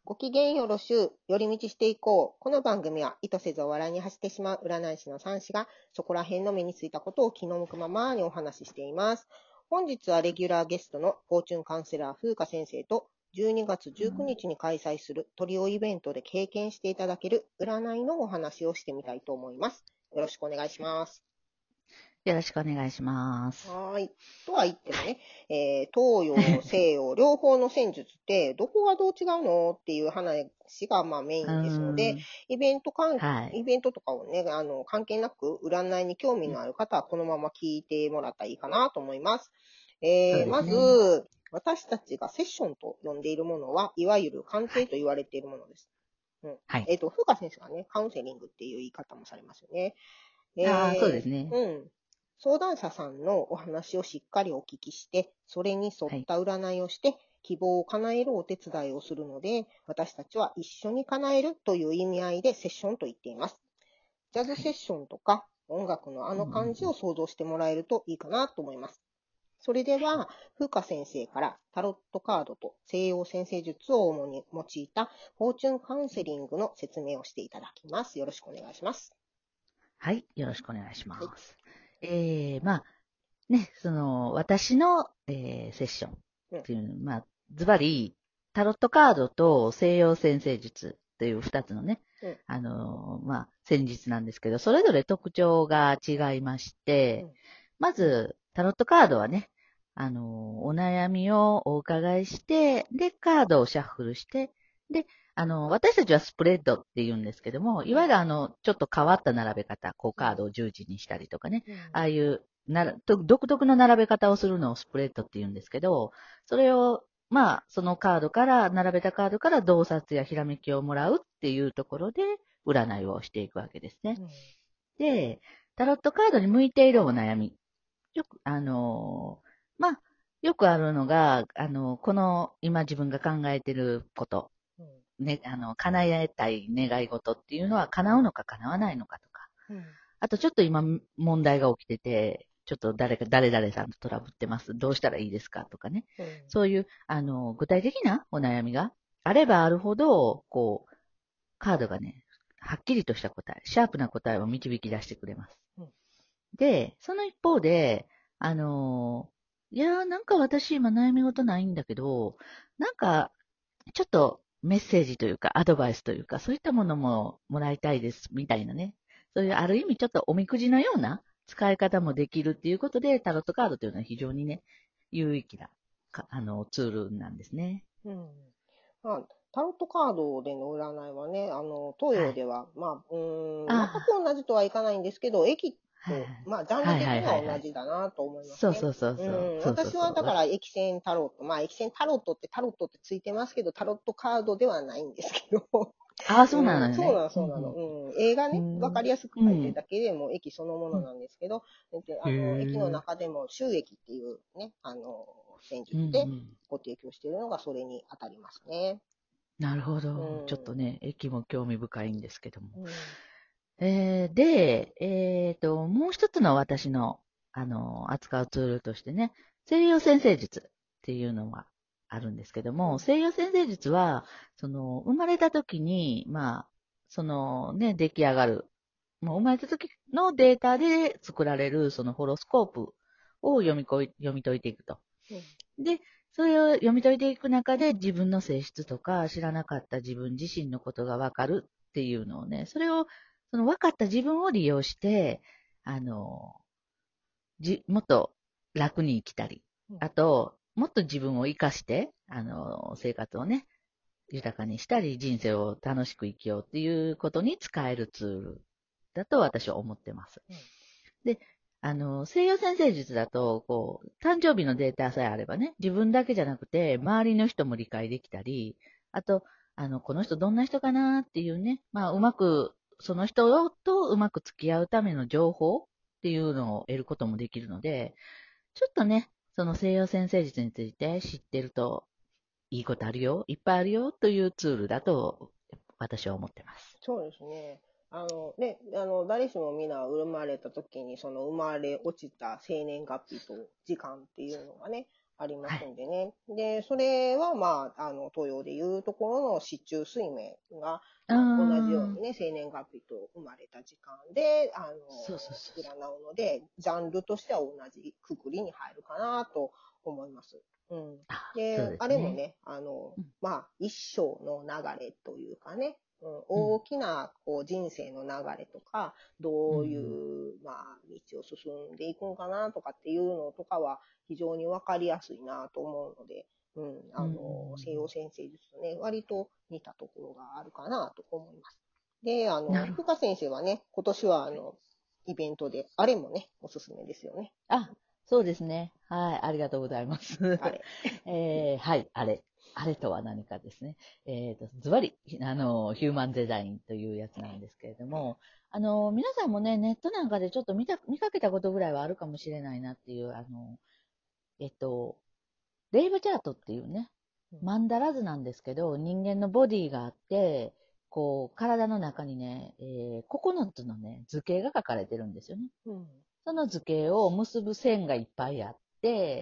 ご機嫌よろしゅう、寄り道していこう。この番組は意図せずお笑いに走ってしまう占い師の三子が、そこら辺の目についたことを気の向くままにお話ししています。本日はレギュラーゲストのフォーチュンカウンセラー風花先生と、12月19日に開催するトリオイベントで経験していただける占いのお話をしてみたいと思います。よろしくお願いします。 よろしくお願いします。 はい。とは言ってもね、東洋、西洋、両方の戦術って、どこがどう違うのっていう話がメインですので、イベントとかをね、関係なく占いに興味のある方はこのまま聞いてもらったらいいかなと思います。まず、私たちがセッションと呼んでいるものは、いわゆる鑑定と言われているものです。 はい。 風花先生がね、カウンセリングっていう言い方もされますよね。 そうですね。 相談者さんのお話をしっかりお聞きして、それに沿った占いをして、希望を叶えるお手伝いをするので、私たちは一緒に叶えるという意味合いでセッションと言っています。ジャズセッションとか音楽のあの感じを想像してもらえるといいかなと思います。それでは、風花先生からタロットカードと西洋占星術を主に用いたフォーチュンカウンセリングの説明をしていただきます。よろしくお願いします。 はい。よろしくお願いします。私の、セッションっていう、ズバリ、タロットカードと西洋占星術っていう二つのね、戦術なんですけど、それぞれ特徴が違いまして、まず、タロットカードはね、お悩みをお伺いして、で、カードをシャッフルして、で、私たちはスプレッドって言うんですけども、いわゆるちょっと変わった並べ方、こうカードを十字にしたりとかね、ああいう独特の並べ方をするのをスプレッドって言うんですけど、それを、そのカードから、並べたカードから洞察やひらめきをもらうっていうところで、占いをしていくわけですね。で、タロットカードに向いているお悩み。よく、よくあるのが、この今自分が考えていること、ね、叶えたい願い事っていうのは叶うのか叶わないのかとか、あとちょっと今問題が起きてて、ちょっと誰々さんとトラブってます。どうしたらいいですかとかね。そういう、具体的なお悩みがあればあるほど、こう、カードがね、はっきりとした答え、シャープな答えを導き出してくれます。で、その一方で、なんか私今悩み事ないんだけど、なんか、ちょっとメッセージというか、アドバイスというか、そういったものももらいたいです、みたいなね。そういうある意味ちょっとおみくじのような使い方もできるっていうことで、タロットカードというのは非常にね、有益なツールなんですね。 タロットカードでの占いはね、東洋では、全く同じとはいかないんですけど、駅と、ジャンル的には同じだなと思いますね。私はだから駅線タロット、駅線タロットってついてますけど、タロットカードではないんですけど。 そうなのね。 そうなの。映画ね、わかりやすく書いてるだけでも駅そのものなんですけど、駅の中でも収益っていうね、戦術でご提供しているのがそれに当たりますね。 なるほど。ちょっとね、駅も興味深いんですけども。もう一つの私の、扱うツールとしてね、西洋占星術っていうのはあるんですけども、西洋占星術は、生まれた時に、出来上がる、生まれた時のデータで作られる、そのホロスコープを読み解いていくと。で、それを読み解いていく中で自分の性質とか知らなかった自分自身のことがわかるっていうのをね、それを、その分かった自分を利用して、もっと楽に生きたり、あと、もっと自分を生かして、生活をね、豊かにしたり、人生を楽しく生きようっていうことに使えるツールだと私は思ってます。で、西洋占星術だと、こう、誕生日のデータさえあればね、自分だけじゃなくて、周りの人も理解できたり、あと、この人どんな人かなっていうね、うまく、その人とうまく付き合うための情報っていうのを得ることもできるので、ちょっとね、その西洋占星術について知ってると、いいことあるよ、いっぱいあるよというツールだと、私は思ってます。 そうですね。誰しも皆生まれた時に、その生まれ落ちた生年月日と時間っていうのがね、 ありますんでね。はい、で、それは、まあ、東洋でいうところの四柱推命が、同じようにね、生年月日と生まれた時間で、占うので、ジャンルとしては同じくくりに入るかなと思います。うん。で、あれもね、まあ、一生の流れというかね、大きなこう人生の流れとか、どういう、まあ、道を進んでいくんかなとかっていうのとかは非常にわかりやすいなと思うので、西洋占星術とね、割と似たところがあるかなと思います。で、深先生はね、今年はイベントで、あれもね、おすすめですよね。 そうですね。はい、ありがとうございます。 あれ。はい、あれ。あれとは何かですね。ズバリ、ヒューマンデザインというやつなんですけれども、皆さんもね、ネットなんかでちょっと見かけたことぐらいはあるかもしれないなっていう、レイブチャートっていうね、マンダラ図なんですけど、人間のボディがあって、こう、体の中にね、9つのね、図形が書かれてるんですよね。その図形を結ぶ線がいっぱいあって、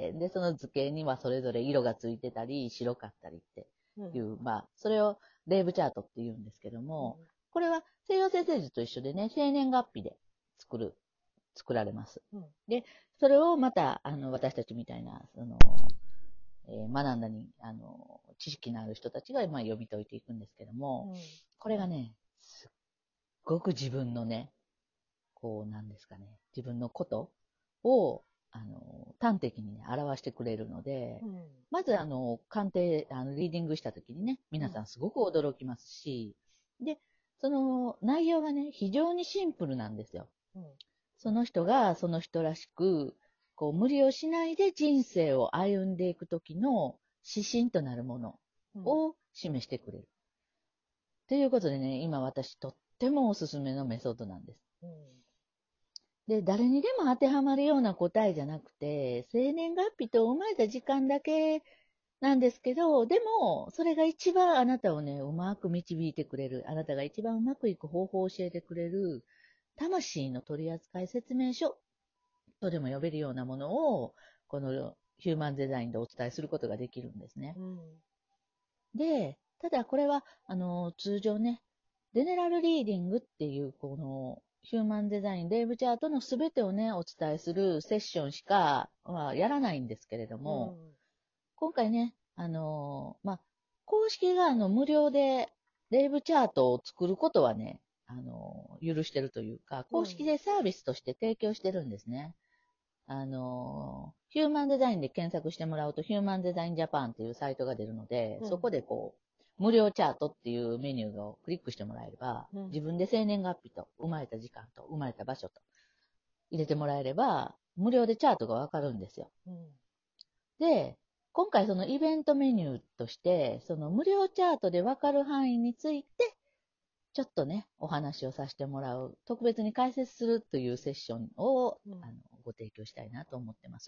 で、その図形にはそれぞれ色がついてたり、白かったりっていう、まあ、それをレイブチャートって言うんですけども、これは西洋占星術と一緒でね、生年月日で作られます。で、それをまた、私たちみたいな、学んだに、知識のある人たちが、まあ、読み解いていくんですけども、これがね、すっごく自分のね、こう、なんですかね、自分のことを、端的にね、表してくれるので、まず、鑑定、リーディングしたときにね、皆さんすごく驚きますし、で、その内容がね、非常にシンプルなんですよ。その人がその人らしく、こう、無理をしないで人生を歩んでいくときの指針となるものを示してくれる。ということでね、今私とってもおすすめのメソッドなんです。で、誰にでも当てはまるような答えじゃなくて、生年月日と生まれた時間だけなんですけど、でも、それが一番あなたをね、うまく導いてくれる、あなたが一番うまくいく方法を教えてくれる、魂の取扱説明書とでも呼べるようなものを、このヒューマンデザインでお伝えすることができるんですね。で、ただこれは、通常ね、ゼネラルリーディングっていう、この、ヒューマンデザイン、レイブチャートのすべてをね、お伝えするセッションしか、やらないんですけれども、今回ね、まあ、公式が無料でレイブチャートを作ることはね、許してるというか、公式でサービスとして提供してるんですね。ヒューマンデザインで検索してもらうと、ヒューマンデザインジャパンっていうサイトが出るので、そこでこう、無料チャートっていうメニューをクリックしてもらえれば、自分で生年月日と生まれた時間と生まれた場所と入れてもらえれば、無料でチャートがわかるんですよ。で、今回そのイベントメニューとして、その無料チャートでわかる範囲について、ちょっとね、お話をさせてもらう、特別に解説するというセッションを、ご提供したいなと思ってます。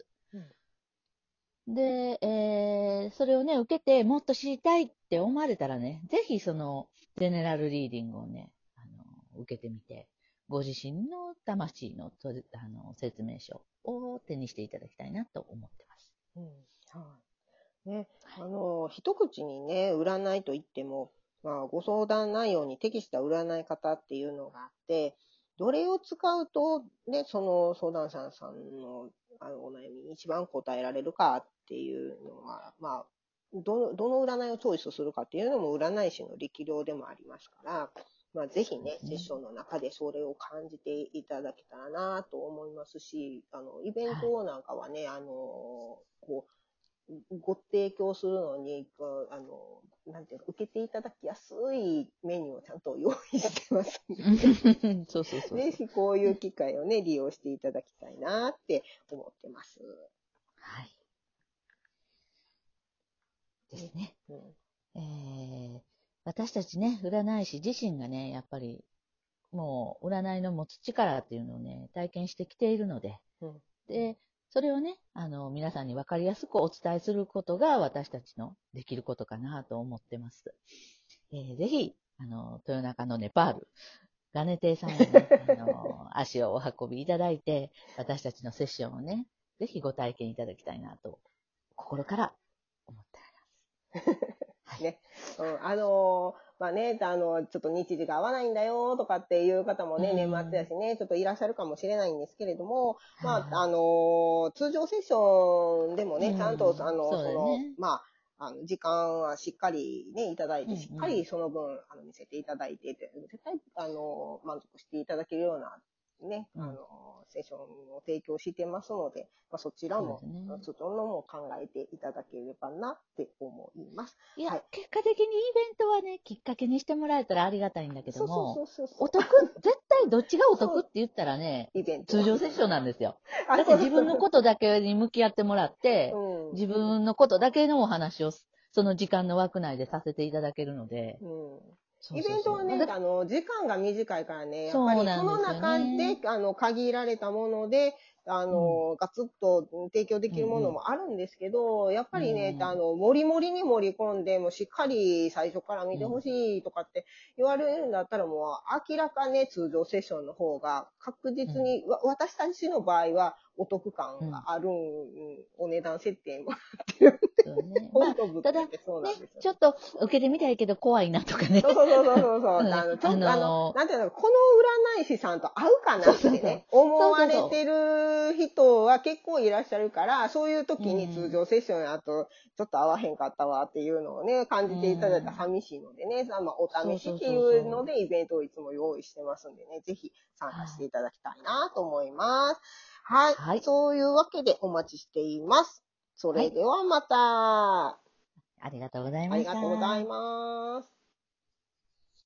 で、それをね、受けてもっと知りたいって思われたらね、ぜひそのゼネラルリーディングをね、受けてみて、ご自身の魂の説明書を手にしていただきたいなと思ってます。 ね、一口にね、占いといっても、まあ、ご相談内容に適した占い方っていうのがあって、どれを使うと、ね、その相談者さんのお悩みに一番答えられるかっていうのは、まあ、どの占いをチョイスするかっていうのも占い師の力量でもありますから、まあ、ぜひね、セッションの中でそれを感じていただけたらなと思いますし、イベントなんかはね、こう、ご提供するのに、なんていうの、受けていただきやすいメニューをちゃんと用意してますので、 そう。 ぜひこういう機会をね、利用していただきたいなって思ってます。 はい。ですね。私たちね、占い師自身がね、やっぱり、もう占いの持つ力っていうのをね、体験してきているので、で、それをね、皆さんに分かりやすくお伝えすることが私たちのできることかなと思ってます。ぜひ、豊中のネパール、ガネ亭さんへね、足をお運びいただいて、私たちのセッションをね、ぜひご体験いただきたいなと心から思っております。 ね。まあね、ちょっと日時が合わないんだよとかっていう方もね、年末だしね、ちょっといらっしゃるかもしれないんですけれども、まあ、通常セッションでもね、ちゃんと、まあ、時間はしっかりね、いただいて、しっかりその分、見せていただいて、絶対、満足していただけるような、ね、セッションを提供してますので、まあ、そちらも、そちらのも考えていただければなって思います。 いや、結果的にイベントはね、きっかけにしてもらえたらありがたいんだけども、お得、絶対どっちがお得って言ったらね、通常セッションなんですよ。だって自分のことだけに向き合ってもらって、自分のことだけのお話を、その時間の枠内でさせていただけるので、 イベントはね、時間が短いからね、やっぱりその中で、限られたもので、ガツッと提供できるものもあるんですけど、やっぱりね、もりもりに盛り込んで、もうしっかり最初から見てほしいとかって言われるんだったら、もう明らかね、通常セッションの方が確実に、私たちの場合はお得感があるお値段設定もあってるんで。 そうね。まあ、ただ、ね、ちょっと受けてみたいけど怖いなとかね。 そう。なんていうの、この占い師さんと合うかなってね、思われてる人は結構いらっしゃるから、そういう時に通常セッションやと、ちょっと合わへんかったわっていうのをね、感じていただいたら寂しいのでね、まあ、お試しっていうのでイベントをいつも用意してますんでね、ぜひ参加していただきたいなと思います。はい。そういうわけでお待ちしています。それではまた。 ありがとうございました。 ありがとうございます。